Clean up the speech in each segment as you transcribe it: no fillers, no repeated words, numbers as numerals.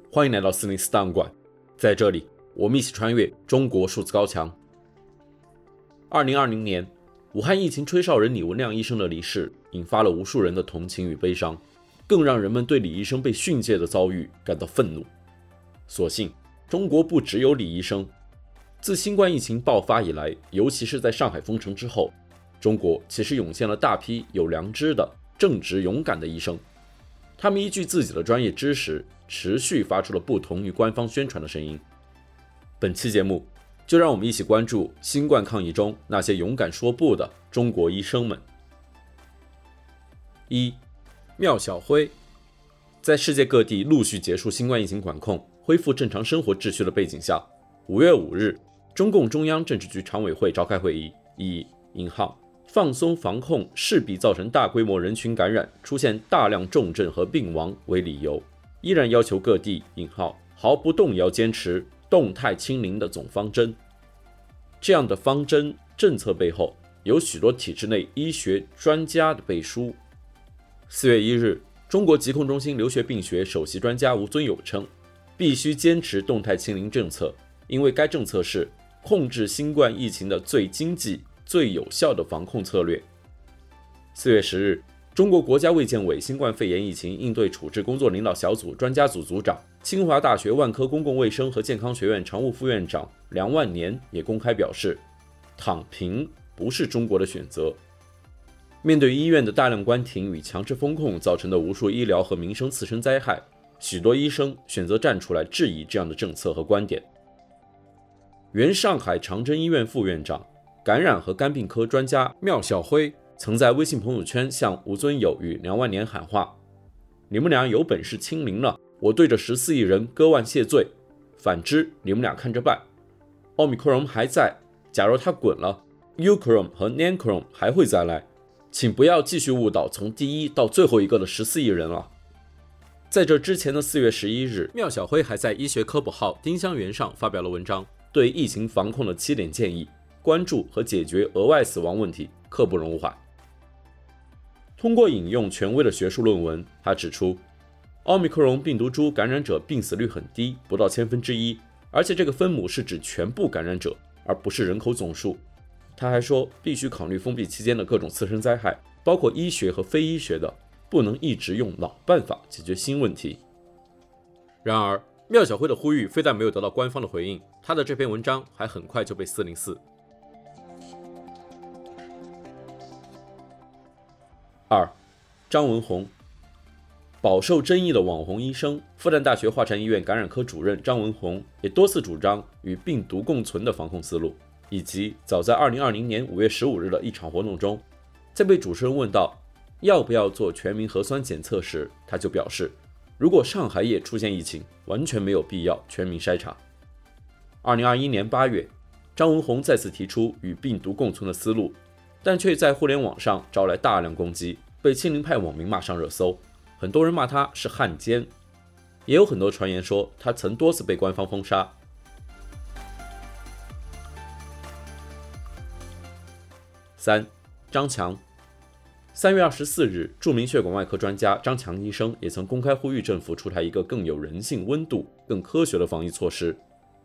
欢迎来到404档案馆，在这里我们一起穿越中国数字高墙。2020年，武汉疫情吹哨人李文亮医生的离世，引发了无数人的同情与悲伤，更让人们对李医生被训诫的遭遇感到愤怒。所幸，中国不只有李医生。自新冠疫情爆发以来，尤其是在上海封城之后，中国其实涌现了大批有良知的、正直勇敢的医生。他们依据自己的专业知识，持续发出了不同于官方宣传的声音。本期节目，就让我们一起关注新冠抗疫中那些勇敢说不的中国医生们。1. 缪小辉。在世界各地陆续结束新冠疫情管控，恢复正常生活秩序的背景下，5月5日，中共中央政治局常委会召开会议，以放松防控势必造成大规模人群感染，出现大量重症和病亡为理由，依然要求各地毫不动摇坚持动态清零的总方针。这样的方针政策背后，有许多体制内医学专家的背书。4月1日，中国疾控中心流行病学首席专家吴尊友称，必须坚持动态清零政策，因为该政策是控制新冠疫情的最经济、最有效的防控策略。4月10日，中国国家卫健委新冠肺炎疫情应对处置工作领导小组专家组组长、清华大学万科公共卫生和健康学院常务副院长梁万年也公开表示，躺平不是中国的选择。面对医院的大量关停与强制封控造成的无数医疗和民生次生灾害，许多医生选择站出来质疑这样的政策和观点。原上海长征医院副院长、感染和肝病科专家缪小辉曾在微信朋友圈向吴尊友与梁万年喊话：你们俩有本事清零了，我对着14亿人割腕谢罪；反之，你们俩看着办。奥密克戎还在，假如它滚了 ，Ucron 和 Nancron 还会再来，请不要继续误导从第一到最后一个的14亿人了。在这之前的4月11日，缪小辉还在医学科普号丁香园上发表了文章，对疫情防控的7点建议，关注和解决额外死亡问题，刻不容缓。通过引用权威的学术论文，他指出，奥密克戎病毒株感染者病死率很低，不到1/1000，而且这个分母是指全部感染者，而不是人口总数。他还说，必须考虑封闭期间的各种次生灾害，包括医学和非医学的，不能一直用老办法解决新问题。然而，缪小辉的呼吁非但没有得到官方的回应，他的这篇文章还很快就被404。2. 张文宏。饱受争议的网红医生、复旦大学华山医院感染科主任张文宏也多次主张与病毒共存的防控思路，以及早在2020年5月15日的一场活动中，在被主持人问到要不要做全民核酸检测时，他就表示，如果上海也出现疫情，完全没有必要全民筛查。2021年8月，张文宏再次提出与病毒共存的思路，但却在互联网上招来大量攻击，被亲临派网民骂上热搜，很多人骂他是汉奸，也有很多传言说他曾多次被官方封杀。3. 张强。3月24日，著名血管外科专家张强医生也曾公开呼吁政府出台一个更有人性温度、更科学的防疫措施。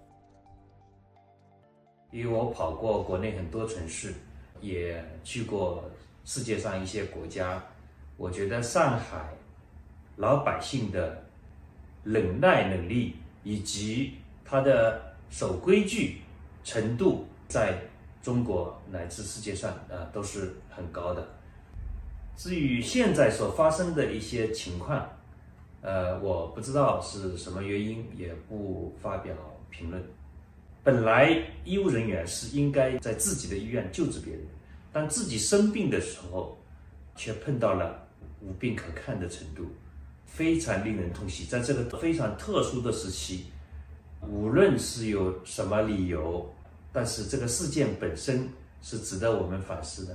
因为我跑过国内很多城市，也去过世界上一些国家，我觉得上海老百姓的忍耐能力以及他的守规矩程度，在中国乃至世界上都是很高的。至于现在所发生的一些情况，我不知道是什么原因，也不发表评论。本来医务人员是应该在自己的医院救治别人，当自己生病的时候，却碰到了无病可看的程度，非常令人痛惜。在这个非常特殊的时期，无论是有什么理由，但是这个事件本身是值得我们反思的。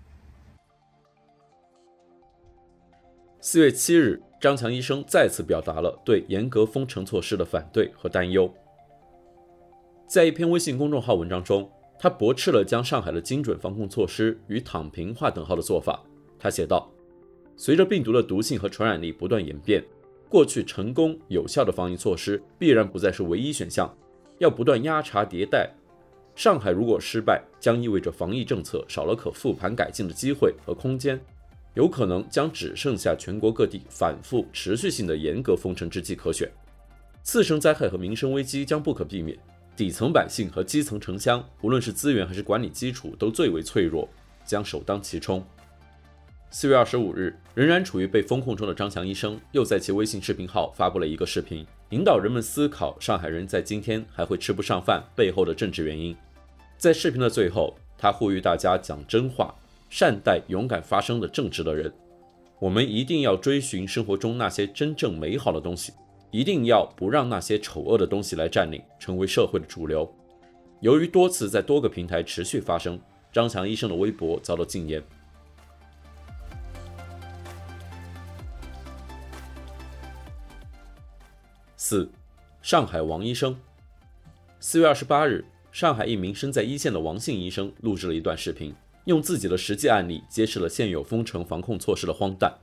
4月7日，张强医生再次表达了对严格封城措施的反对和担忧。在一篇微信公众号文章中，他驳斥了将上海的精准防控措施与躺平划等号的做法。他写道，随着病毒的毒性和传染力不断演变， 过去成功有效的防疫措施必然不再是唯一选项，要不断压查迭代。上海如果失败，将意味着防疫政策少了可复盘改进的机会和空间，有可能将只剩下全国各地反复持续性的严格封城之计可选。次生灾害和民生危机将不可避免，底层百姓和基层城乡，无论是资源还是管理基础都最为脆弱，将首当其冲。4月25日，仍然处于被封控中的张强医生又在其微信视频号发布了一个视频，引导人们思考上海人在今天还会吃不上饭背后的政治原因。在视频的最后，他呼吁大家讲真话，善待勇敢发声的正直的人。我们一定要追寻生活中那些真正美好的东西，一定要不让那些丑恶的东西来占领，成为社会的主流。由于多次在多个平台持续发声，张强医生的微博遭到禁言。4. 上海王医生。4月28日，上海一名身在一线的王姓医生录制了一段视频，用自己的实际案例揭示了现有封城防控措施的荒诞。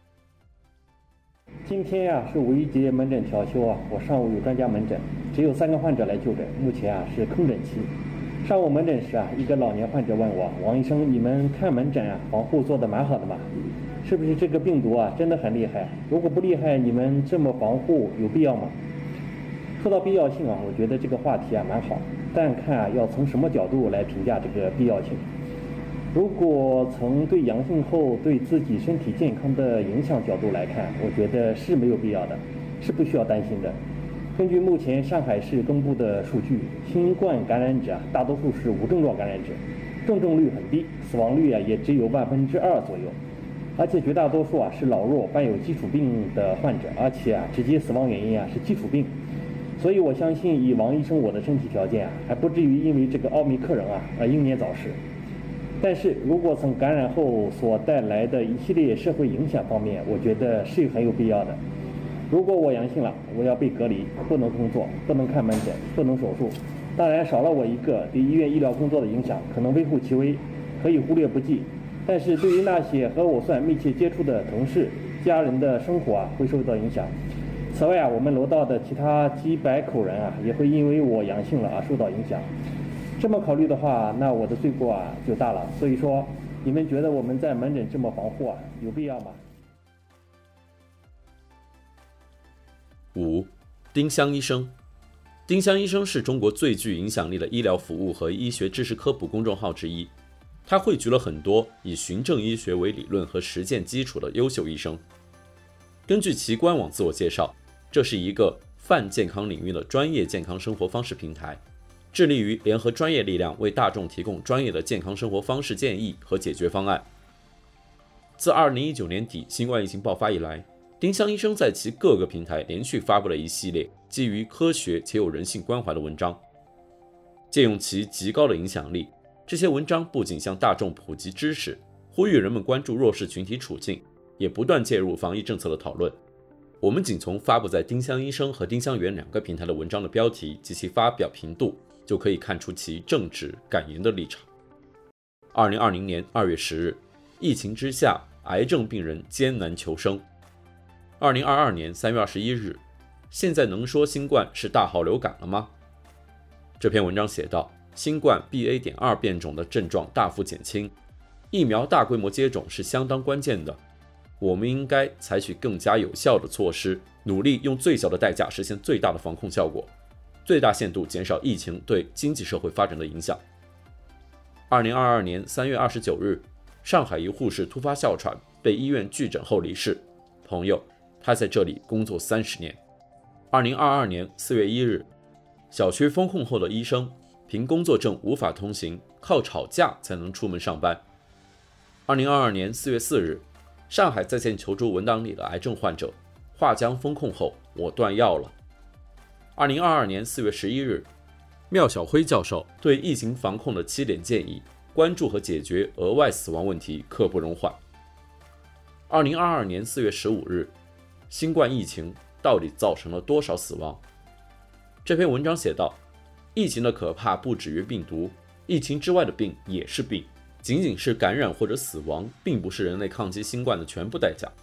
今天是5一节门诊调休我上午有专家门诊，只有3个患者来就诊，目前是空诊期。上午门诊时一个老年患者问我，王医生，你们看门诊防护做得蛮好的嘛？是不是这个病毒真的很厉害？如果不厉害，你们这么防护有必要吗？说到必要性我觉得这个话题蛮好，但看要从什么角度来评价这个必要性。如果从对阳性后对自己身体健康的影响角度来看，我觉得是没有必要的，是不需要担心的。根据目前上海市公布的数据，新冠感染者大多数是无症状感染者，重症率很低，死亡率也只有2%左右，而且绝大多数是老弱伴有基础病的患者，而且直接死亡原因是基础病。所以我相信以王医生我的身体条件还不至于因为这个奥密克戎而英年早逝。但是如果从感染后所带来的一系列社会影响方面，我觉得是很有必要的。如果我阳性了，我要被隔离，不能工作，不能看门诊，不能手术。当然少了我一个，对医院医疗工作的影响可能微乎其微，可以忽略不计。但是对于那些和我算密切接触的同事、家人的生活会受到影响。此外我们楼道的其他几百口人也会因为我阳性了受到影响。这么考虑的话，那我的罪过就大了。所以说，你们觉得我们在门诊这么防护有必要吗 ？5. 丁香医生。丁香医生是中国最具影响力的医疗服务和医学知识科普公众号之一，他汇聚了很多以循证医学为理论和实践基础的优秀医生。根据其官网自我介绍，这是一个泛健康领域的专业健康生活方式平台，致力于联合专业力量为大众提供专业的健康生活方式建议和解决方案。自2019年底新冠疫情爆发以来，丁香医生在其各个平台连续发布了一系列基于科学且有人性关怀的文章。借用其极高的影响力，这些文章不仅向大众普及知识，呼吁人们关注弱势群体处境，也不断介入防疫政策的讨论。我们仅从发布在丁香医生和丁香园2个平台的文章的标题及其发表频度，就可以看出其正直敢言的立场。2020年2月10日，疫情之下，癌症病人艰难求生。2022年3月21日，现在能说新冠是大号流感了吗？这篇文章写道，新冠 BA.2 变种的症状大幅减轻，疫苗大规模接种是相当关键的。我们应该采取更加有效的措施，努力用最小的代价实现最大的防控效果，最大限度减少疫情对经济社会发展的影响。2022年3月29日，上海一护士突发哮喘被医院拒诊后离世。朋友，他在这里工作30年。2022年4月1日，小区封控后的医生凭工作证无法通行，靠吵架才能出门上班。2022年4月4日，上海在线求助文档里的癌症患者，华江封控后我断药了。2022年4月11日，缪小辉教授对疫情防控的7点建议，关注和解决额外死亡问题刻不容缓。2022年4月15日，新冠疫情到底造成了多少死亡？这篇文章写道，疫情的可怕不止于病毒，疫情之外的病也是病，仅仅是感染或者死亡，并不是人类抗击新冠的全部代价。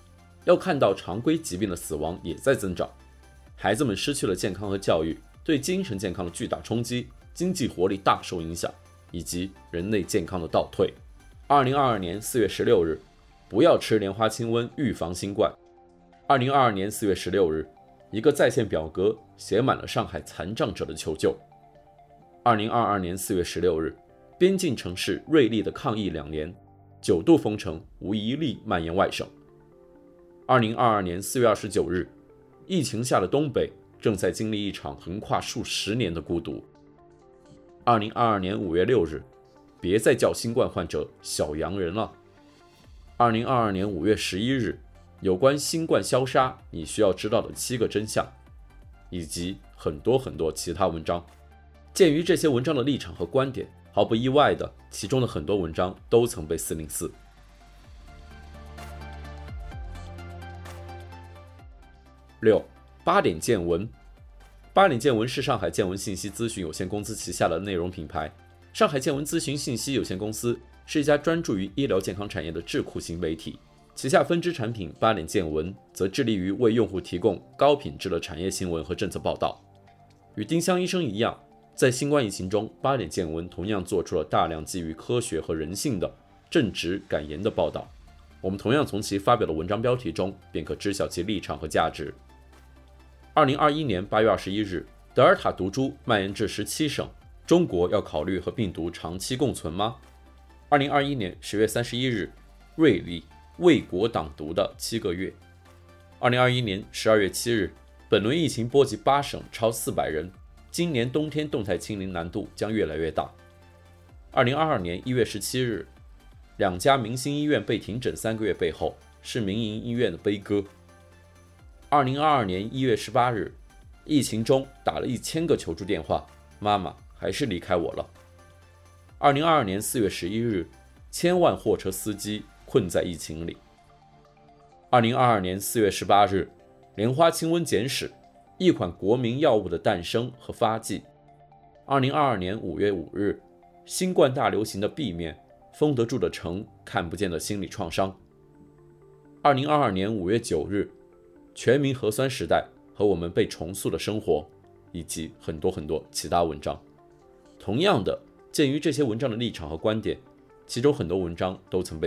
要看到常规疾病的死亡也在增长，孩子们失去了健康和教育，对精神健康的巨大冲击，经济活力大受影响，以及人类健康的倒退。2022年4月16日，不要吃莲花清瘟预防新冠。2022年4月16日，一个在线表格写满了上海残障者的求救。2022年4月16日，边境城市瑞丽的抗疫2年，9度封城，无一例蔓延外省。2022年4月29日，疫情下的东北正在经历一场横跨数十年的孤独。2022年5月6日，别再叫新冠患者小洋人了。2022年5月11日，有关新冠消杀你需要知道的7个真相，以及很多其他文章。鉴于这些文章的立场和观点，毫不意外的，其中的很多文章都曾被404。6. 8点见闻。8点见闻是上海见闻信息咨询有限公司旗下的内容品牌。上海见闻咨询信息有限公司是一家专注于医疗健康产业的智库型媒体，旗下分支产品8点见闻则致力于为用户提供高品质的产业新闻和政策报道。与丁香医生一样，在新冠疫情中，8点见闻同样做出了大量基于科学和人性的正直敢言的报道。我们同样从其发表的文章标题中便可知晓其立场和价值。2021年8月21日，德尔塔毒株蔓延至17省，中国要考虑和病毒长期共存吗？2021年10月31日，瑞丽为国挡毒的7个月。2021年12月7日，本轮疫情波及8省，超400人。今年冬天动态清零难度将越来越大。2022年1月17日，2家明星医院被停诊3个月背后是民营医院的悲歌。2022年1月18日，疫情中打了1000个求助电话，妈妈还是离开我了。2022年4月11日，千万货车司机困在疫情里。2022年4月18日，莲花清瘟简史，一款国民药物的诞生和发迹。2022年5月5日，新冠大流行的避免，封得住的城，看不见的心理创伤。2022年5月9日，全民核酸时代和我们被重塑的生活，以及很多其他文章。同样的，鉴于这些文章的立场和观点，其中很多文章都曾被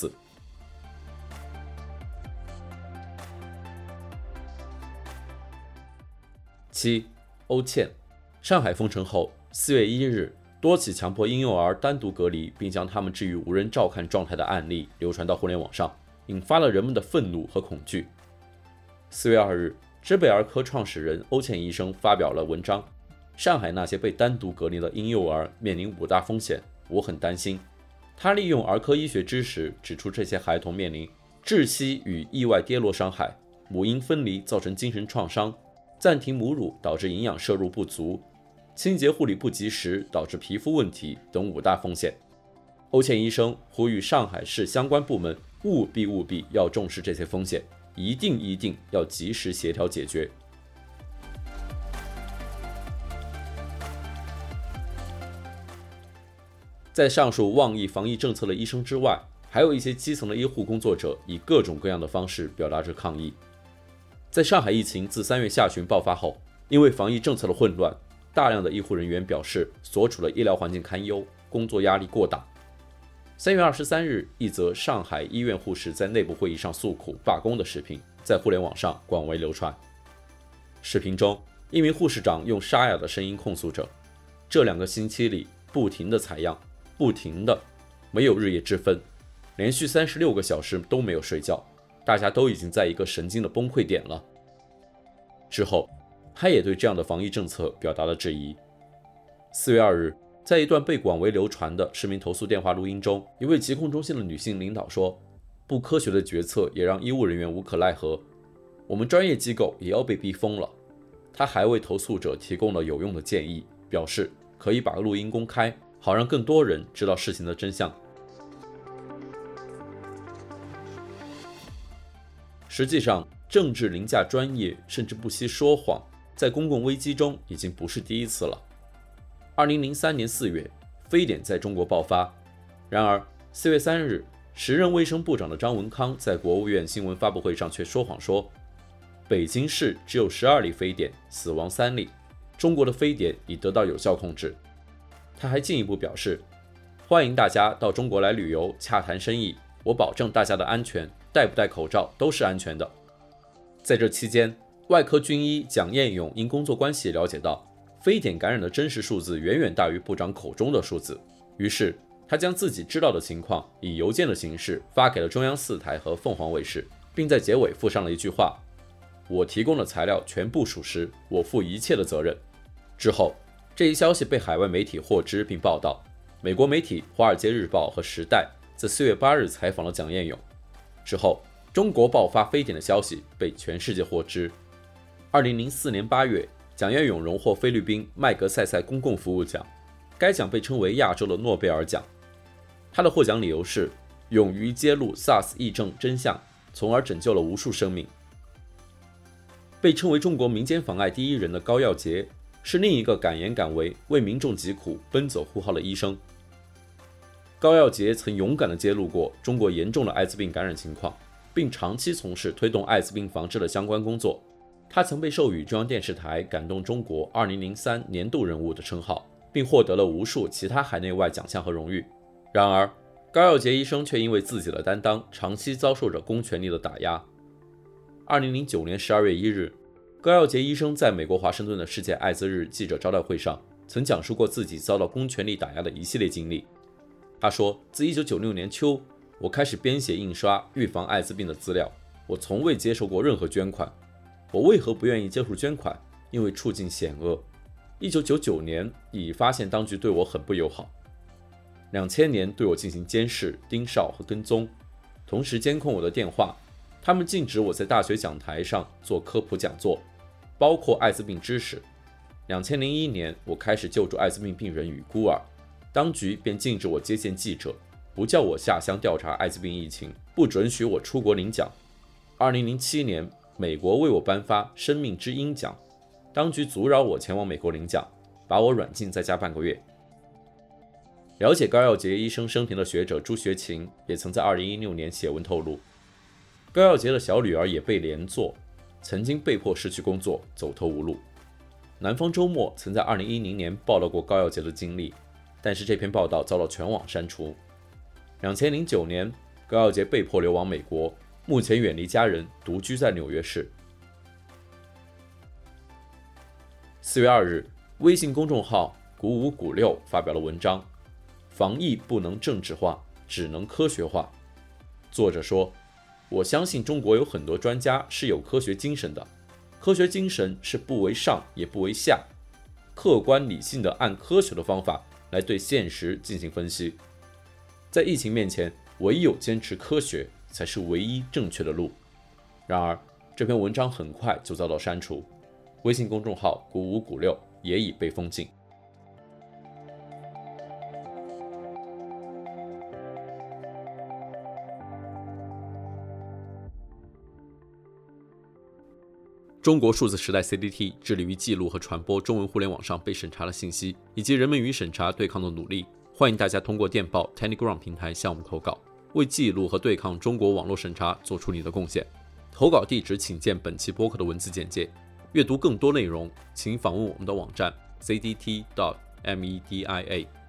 404。7. 欧倩。上海封城后，4月1日，多起强迫婴幼儿单独隔离并将他们置于无人照看状态的案例流传到互联网上，引发了人们的愤怒和恐惧。4月2日，知北儿科创始人欧倩医生发表了文章，上海那些被单独隔离的婴幼儿面临5大风险，我很担心。他利用儿科医学知识指出，这些孩童面临窒息与意外跌落伤害，母婴分离造成精神创伤，暂停母乳导致营养摄入不足，清洁护理不及时导致皮肤问题等5大风险。欧倩医生呼吁上海市相关部门务必要重视这些风险，一定要及时协调解决。在上述妄议防疫政策的医生之外，还有一些基层的医护工作者以各种各样的方式表达着抗议。在上海疫情自3月下旬爆发后，因为防疫政策的混乱，大量的医护人员表示所处的医疗环境堪忧，工作压力过大。3月23日，一则上海医院护士在内部会议上诉苦罢工的视频在互联网上广为流传。视频中，一名护士长用沙哑的声音控诉着，这2个星期里不停地采样，不停的，没有日夜之分，连续36个小时都没有睡觉，大家都已经在一个神经的崩溃点了。之后，他也对这样的防疫政策表达了质疑。4月2日，在一段被广为流传的市民投诉电话录音中，一位疾控中心的女性领导说，不科学的决策也让医务人员无可奈何，我们专业机构也要被逼疯了。她还为投诉者提供了有用的建议，表示可以把录音公开，好让更多人知道事情的真相。实际上，政治凌驾专业，甚至不惜说谎，在公共危机中已经不是第一次了。2003年4月，非典在中国爆发。然而4月3日， 时任卫生部长的张文康在国务院新闻发布会上却说谎说，北京市只有12例非典，死亡3例，中国的非典已得到有效控制。他还进一步表示，欢迎大家到中国来旅游，洽谈生意，我保证大家的安全，戴不戴口罩都是安全的。在这期间，外科军医蒋彦勇因工作关系了解到，非典感染的真实数字远远大于部长口中的数字，于是他将自己知道的情况以邮件的形式发给了中央4台和凤凰卫视，并在结尾附上了一句话：我提供的材料全部属实，我负一切的责任。之后，这一消息被海外媒体获知并报道，美国媒体《华尔街日报》和《时代》在4月8日采访了蒋彦勇。之后，中国爆发非典的消息被全世界获知。2004年8月，蒋彦勇荣获菲律宾麦格塞塞公共服务奖，该奖被称为亚洲的诺贝尔奖。他的获奖理由是勇于揭露 SARS 疫症真相，从而拯救了无数生命。被称为中国民间妨碍第一人的高耀洁，是另一个敢言敢为、为民众疾苦奔走呼号的医生。高耀洁曾勇敢地揭露过中国严重的艾滋病感染情况，并长期从事推动艾滋病防治的相关工作。他曾被授予中央电视台感动中国2003年度人物的称号，并获得了无数其他海内外奖项和荣誉。然而，高耀洁医生却因为自己的担当，长期遭受着公权力的打压。2009年12月1日，高耀洁医生在美国华盛顿的世界艾滋日记者招待会上，曾讲述过自己遭到公权力打压的一系列经历。他说，自1996年秋，我开始编写印刷预防艾滋病的资料，我从未接受过任何捐款。我为何不愿意接受捐款？因为处境险恶。1999年已发现当局对我很不友好，2000年对我进行监视、盯梢和跟踪，同时监控我的电话。他们禁止我在大学讲台上做科普讲座，包括艾滋病知识。2001年，我开始救助艾滋病病人与孤儿，当局便禁止我接见记者，不叫我下乡调查艾滋病疫情，不准许我出国领奖。2007年，美国为我颁发生命之鹰奖，当局阻扰我前往美国领奖，把我软禁在家半个月。了解高耀洁医生生平的学者朱学勤也曾在2016年写文透露，高耀洁的小女儿也被连坐，曾经被迫失去工作，走投无路。南方周末曾在2010年报道过高耀洁的经历，但是这篇报道遭到全网删除。2009年，高耀洁被迫流亡美国，目前远离家人，独居在纽约市。4月2日，微信公众号鼓5鼓6发表了文章，防疫不能政治化，只能科学化。作者说，我相信中国有很多专家是有科学精神的，科学精神是不为上也不为下，客观理性的按科学的方法来对现实进行分析。在疫情面前，唯有坚持科学才是唯一正确的路。然而，这篇文章很快就遭到删除，微信公众号鼓5鼓6也已被封禁。中国数字时代 CDT 致力于记录和传播中文互联网上被审查的信息，以及人们与审查对抗的努力。欢迎大家通过电报 Telegram 平台向我们投稿，为记录和对抗中国网络审查做出你的贡献。投稿地址请见本期播客的文字简介。阅读更多内容，请访问我们的网站 cdt.media。